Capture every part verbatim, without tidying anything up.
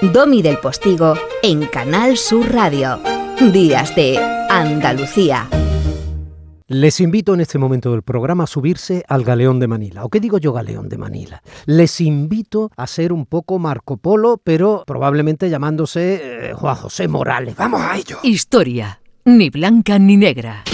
Domi del Postigo en Canal Sur Radio. Días de Andalucía. Les invito en este momento del programa a subirse al Galeón de Manila. ¿O qué digo yo, Galeón de Manila? Les invito a ser un poco Marco Polo, pero probablemente llamándose eh, Juan José Morales. ¡Vamos a ello! Historia, ni blanca ni negra.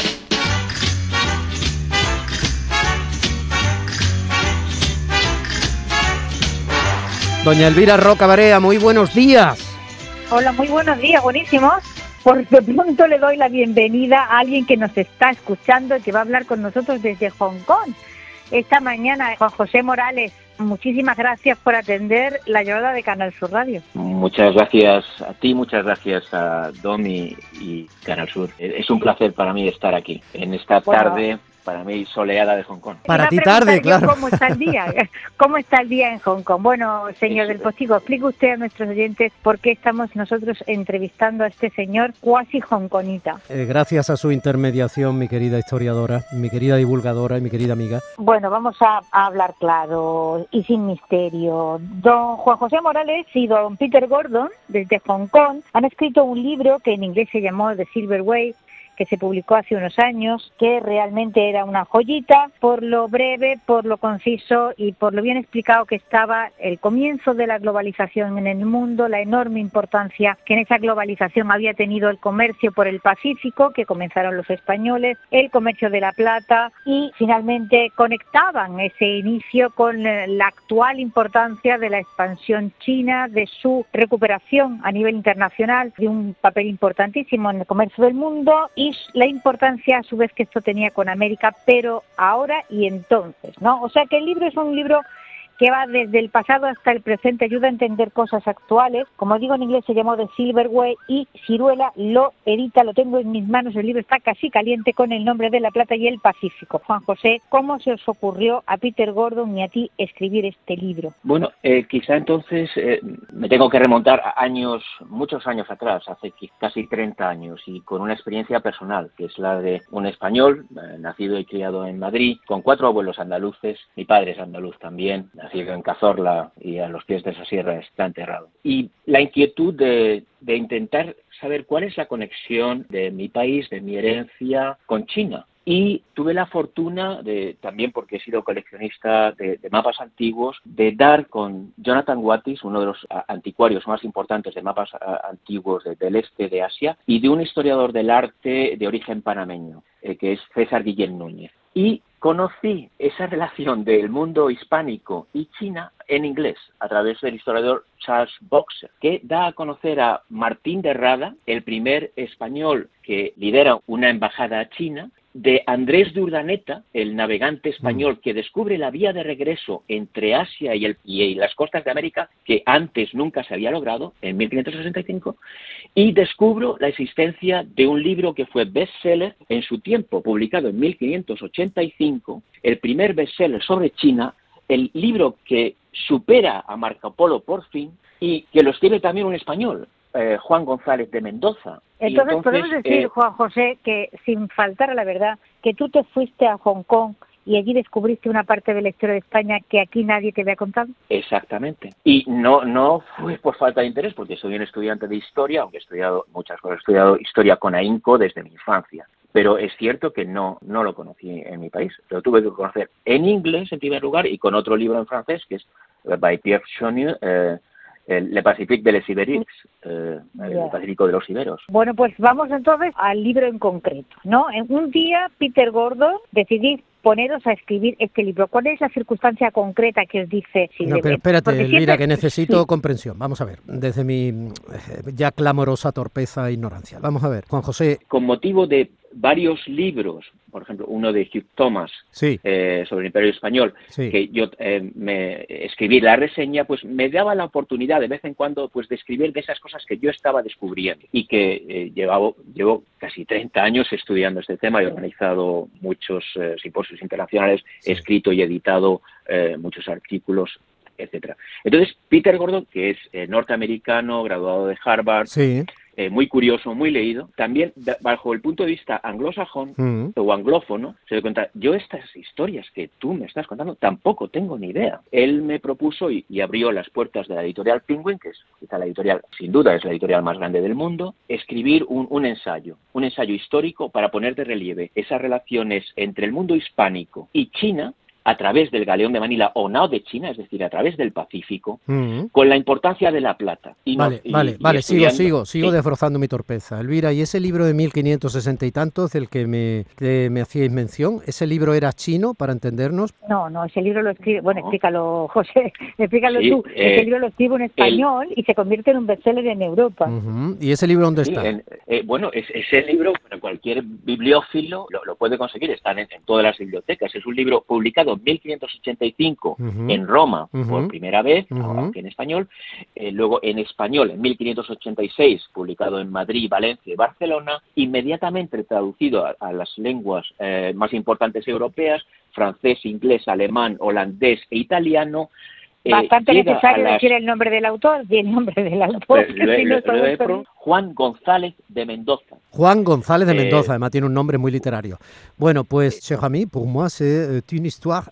Doña Elvira Roca Barea, muy buenos días. Hola, muy buenos días, buenísimos. Por de pronto le doy la bienvenida a alguien que nos está escuchando y que va a hablar con nosotros desde Hong Kong. Esta mañana, Juan José Morales, muchísimas gracias por atender la llamada de Canal Sur Radio. Muchas gracias a ti, muchas gracias a Domi y Canal Sur. Es un placer para mí estar aquí, en esta bueno, tarde, para mí, soleada de Hong Kong. Para ti tarde, claro. ¿Cómo está el día? ¿Cómo está el día en Hong Kong? Bueno, señor Eso. del Postigo, explique usted a nuestros oyentes por qué estamos nosotros entrevistando a este señor cuasi hongkonita. Eh, gracias a su intermediación, mi querida historiadora, mi querida divulgadora y mi querida amiga. Bueno, vamos a, a hablar claro y sin misterio. Don Juan José Morales y don Peter Gordon, desde Hong Kong, han escrito un libro que en inglés se llamó The Silver Way, que se publicó hace unos años, que realmente era una joyita, por lo breve, por lo conciso y por lo bien explicado que estaba el comienzo de la globalización en el mundo, la enorme importancia que en esa globalización había tenido el comercio por el Pacífico, que comenzaron los españoles, el comercio de la plata, y finalmente conectaban ese inicio con la actual importancia de la expansión china, de su recuperación a nivel internacional, de un papel importantísimo en el comercio del mundo, y la importancia a su vez que esto tenía con América, pero ahora y entonces, ¿no? O sea que el libro es un libro que va desde el pasado hasta el presente, ayuda a entender cosas actuales. Como digo en inglés, se llamó The Silver Way y Ciruela lo edita, lo tengo en mis manos, el libro está casi caliente con el nombre de la plata y el Pacífico. Juan José, ¿cómo se os ocurrió a Peter Gordon y a ti escribir este libro? Bueno, eh, quizá entonces eh, me tengo que remontar a años, muchos años atrás, hace casi treinta años, y con una experiencia personal, que es la de un español, eh, nacido y criado en Madrid, con cuatro abuelos andaluces, mi padre es andaluz también, nacido en Cazorla y a los pies de esa sierra está enterrado. Y la inquietud de, de intentar saber cuál es la conexión de mi país, de mi herencia, con China. Y tuve la fortuna, de también porque he sido coleccionista de, de mapas antiguos, de dar con Jonathan Wattis, uno de los anticuarios más importantes de mapas a, antiguos de, del este de Asia, y de un historiador del arte de origen panameño, eh, que es César Guillén Núñez. Y conocí esa relación del mundo hispánico y China en inglés a través del historiador Charles Boxer, que da a conocer a Martín de Rada, el primer español que lidera una embajada a China, de Andrés de Urdaneta, el navegante español que descubre la vía de regreso entre Asia y, el, y las costas de América, que antes nunca se había logrado, en mil quinientos sesenta y cinco, y descubro la existencia de un libro que fue bestseller en su tiempo, publicado en mil quinientos ochenta y cinco, el primer bestseller sobre China, el libro que supera a Marco Polo por fin, y que lo escribe también un español, Eh, Juan González de Mendoza. Entonces, entonces podemos decir, eh, Juan José, que sin faltar a la verdad, que tú te fuiste a Hong Kong y allí descubriste una parte de la historia de España que aquí nadie te había contado. Exactamente. Y no no fue por falta de interés, porque soy un estudiante de historia, aunque he estudiado muchas cosas, he estudiado historia con ahínco desde mi infancia. Pero es cierto que no no lo conocí en mi país. Lo tuve que conocer en inglés, en primer lugar, y con otro libro en francés, que es by Pierre Chonieux, eh, El Le Pacifique de les Ibériques, eh, el yeah. Pacífico de los Iberos. Bueno, pues vamos entonces al libro en concreto, ¿no? En un día, Peter Gordon, decidís poneros a escribir este libro. ¿Cuál es la circunstancia concreta que os dice? Si no, pero espérate, Elvira, siempre... que necesito sí. comprensión. Vamos a ver, desde mi ya clamorosa torpeza e ignorancia. Vamos a ver, Juan José. Con motivo de varios libros, por ejemplo, uno de Hugh Thomas, sí. eh, sobre el Imperio Español, sí. que yo eh, me escribí la reseña, pues me daba la oportunidad de vez en cuando pues de escribir de esas cosas que yo estaba descubriendo y que eh, llevaba, llevo casi treinta años estudiando este tema. He organizado muchos eh, simposios internacionales, sí. he escrito y editado eh, muchos artículos, etcétera. Entonces, Peter Gordon, que es eh, norteamericano, graduado de Harvard, sí. eh, muy curioso, muy leído, también da, bajo el punto de vista anglosajón mm. o anglófono, se da cuenta, yo estas historias que tú me estás contando tampoco tengo ni idea. Él me propuso y, y abrió las puertas de la editorial Penguin, que es quizá la editorial, sin duda, es la editorial más grande del mundo, escribir un, un ensayo, un ensayo histórico para poner de relieve esas relaciones entre el mundo hispánico y China, a través del Galeón de Manila o Nao de China, es decir, a través del Pacífico, uh-huh. con la importancia de la plata. Y vale, no, y, vale, y vale, sigo, sigo, sigo sí. desbrozando mi torpeza. Elvira, ¿y ese libro de mil quinientos sesenta y tantos del que me, que me hacíais mención, ese libro era chino, para entendernos? No, no, ese libro lo escribe, bueno, explícalo, José, explícalo sí, tú. Eh, ese libro lo escribe en español el, y se convierte en un bestseller en Europa. Uh-huh. ¿Y ese libro dónde sí, está? En, eh, bueno, es, ese libro, bueno, cualquier bibliófilo lo, lo puede conseguir, está en, en todas las bibliotecas. Es un libro publicado en mil quinientos ochenta y cinco uh-huh. en Roma uh-huh. por primera vez, uh-huh. aunque en español, eh, luego en español en mil quinientos ochenta y seis, publicado en Madrid, Valencia y Barcelona, inmediatamente traducido a, a las lenguas eh, más importantes europeas, francés, inglés, alemán, holandés e italiano. Bastante eh, necesario las... decir el nombre del autor, y el nombre del autor. Pues, le, si no le, le pro... Juan González de Mendoza. Juan González de Mendoza, eh... además tiene un nombre muy literario. Bueno, pues, cher ami, pour moi c'est une histoire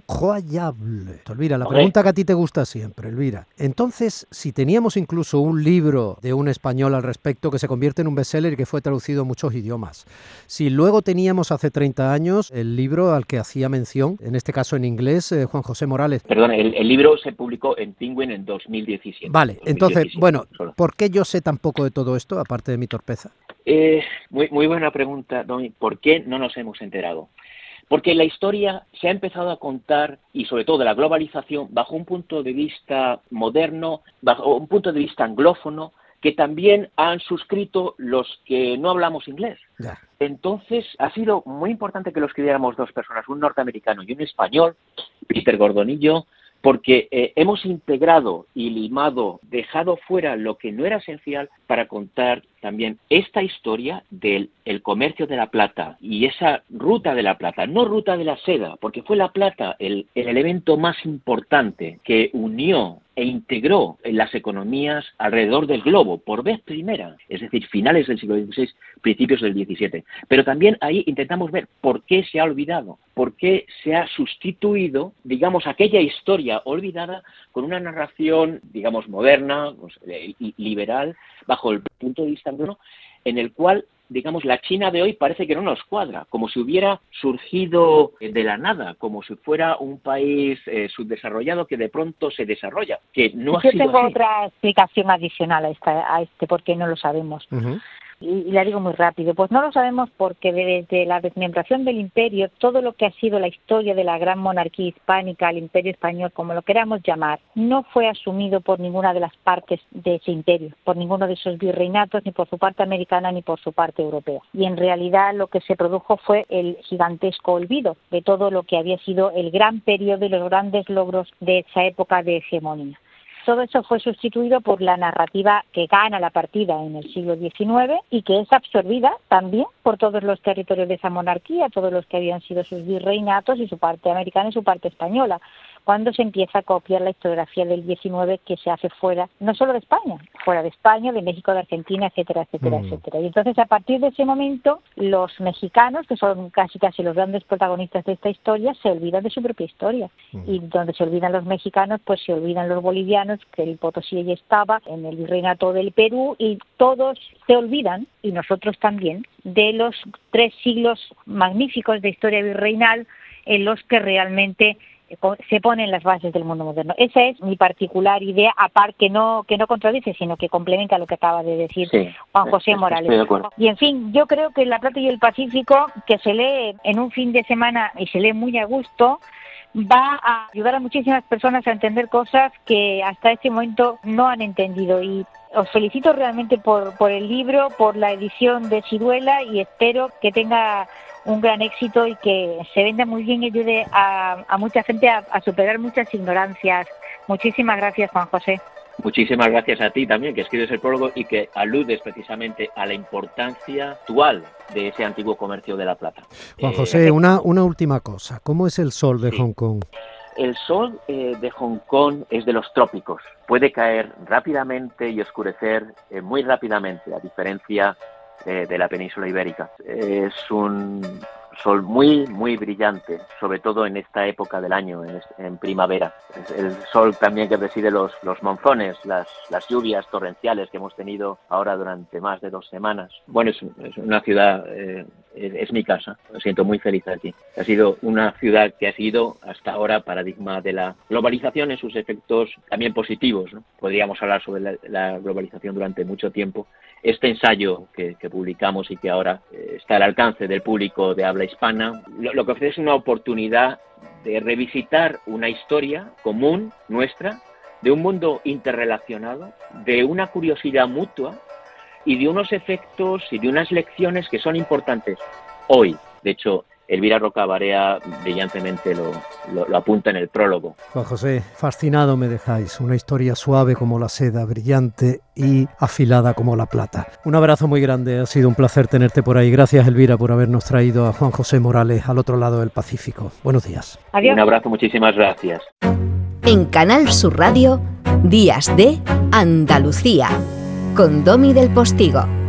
incroyable. Elvira, la pregunta que a ti te gusta siempre, Elvira. Entonces, si teníamos incluso un libro de un español al respecto que se convierte en un bestseller y que fue traducido a muchos idiomas, si luego teníamos hace treinta años el libro al que hacía mención, en este caso en inglés, eh, Juan José Morales. Perdón, el, el libro se publicó en Penguin en dos mil diecisiete. Vale, dos mil entonces, diecisiete, bueno, solo. ¿por qué yo sé tan poco de todo esto, aparte de mi torpeza? Eh, muy, muy buena pregunta, Domi. ¿Por qué no nos hemos enterado? Porque la historia se ha empezado a contar, y sobre todo de la globalización, bajo un punto de vista moderno, bajo un punto de vista anglófono, que también han suscrito los que no hablamos inglés. Yeah. Entonces, ha sido muy importante que lo escribiéramos dos personas, un norteamericano y un español, Peter Gordon y yo, porque eh, hemos integrado y limado, dejado fuera lo que no era esencial para contar también esta historia del el comercio de la plata y esa ruta de la plata, no ruta de la seda, porque fue la plata el, el elemento más importante que unió e integró en las economías alrededor del globo, por vez primera, es decir, finales del siglo dieciséis, principios del diecisiete. Pero también ahí intentamos ver por qué se ha olvidado, por qué se ha sustituido, digamos, aquella historia olvidada con una narración, digamos, moderna, pues, liberal, bajo el punto de vista anglo, en el cual, digamos, la China de hoy parece que no nos cuadra, como si hubiera surgido de la nada, como si fuera un país eh, subdesarrollado que de pronto se desarrolla, que no ha Yo sido tengo así. Otra explicación adicional a, esta, a este, porque no lo sabemos. Uh-huh. Y la digo muy rápido, pues no lo sabemos porque desde la desmembración del imperio, todo lo que ha sido la historia de la gran monarquía hispánica, el imperio español, como lo queramos llamar, no fue asumido por ninguna de las partes de ese imperio, por ninguno de esos virreinatos, ni por su parte americana, ni por su parte europea. Y en realidad lo que se produjo fue el gigantesco olvido de todo lo que había sido el gran periodo y los grandes logros de esa época de hegemonía. Todo eso fue sustituido por la narrativa que gana la partida en el siglo diecinueve y que es absorbida también por todos los territorios de esa monarquía, todos los que habían sido sus virreinatos y su parte americana y su parte española, cuando se empieza a copiar la historiografía del diecinueve que se hace fuera, no solo de España, fuera de España, de México, de Argentina, etcétera, etcétera, mm. etcétera. Y entonces a partir de ese momento los mexicanos, que son casi casi los grandes protagonistas de esta historia, se olvidan de su propia historia. Mm. Y donde se olvidan los mexicanos, pues se olvidan los bolivianos, que el Potosí allí estaba, en el virreinato del Perú, y todos se olvidan, y nosotros también, de los tres siglos magníficos de historia virreinal en los que realmente se ponen las bases del mundo moderno. Esa es mi particular idea, aparte que no que no contradice, sino que complementa lo que acaba de decir sí, Juan José Morales. Y en fin, yo creo que La Plata y el Pacífico, que se lee en un fin de semana y se lee muy a gusto, va a ayudar a muchísimas personas a entender cosas que hasta este momento no han entendido. Y os felicito realmente por, por el libro, por la edición de Ciruela, y espero que tenga un gran éxito y que se venda muy bien y ayude a, a mucha gente a, a superar muchas ignorancias. Muchísimas gracias, Juan José. Muchísimas gracias a ti también, que escribes el prólogo y que aludes precisamente a la importancia actual de ese antiguo comercio de la plata. Juan José, eh, una, una última cosa. ¿Cómo es el sol de sí. Hong Kong? el sol eh, de Hong Kong es de los trópicos. Puede caer rápidamente y oscurecer eh, muy rápidamente, a diferencia eh, de la península ibérica. Es un sol muy, muy brillante, sobre todo en esta época del año, en, en primavera. Es el sol también que preside los, los monzones, las, las lluvias torrenciales que hemos tenido ahora durante más de dos semanas. Bueno, es, es una ciudad, eh, es, es mi casa, me siento muy feliz aquí. Ha sido una ciudad que ha sido hasta ahora paradigma de la globalización en sus efectos también positivos, ¿no? Podríamos hablar sobre la, la globalización durante mucho tiempo. Este ensayo que, que publicamos y que ahora eh, está al alcance del público de habla hispana, lo, lo que ofrece es una oportunidad de revisitar una historia común nuestra, de un mundo interrelacionado, de una curiosidad mutua y de unos efectos y de unas lecciones que son importantes hoy. De hecho, Elvira Roca Barea brillantemente lo, lo, lo apunta en el prólogo. Juan José, fascinado me dejáis. Una historia suave como la seda, brillante y afilada como la plata. Un abrazo muy grande, ha sido un placer tenerte por ahí. Gracias, Elvira, por habernos traído a Juan José Morales al otro lado del Pacífico. Buenos días. Adiós. Un abrazo, muchísimas gracias. En Canal Sur Radio, Días de Andalucía, con Domi del Postigo.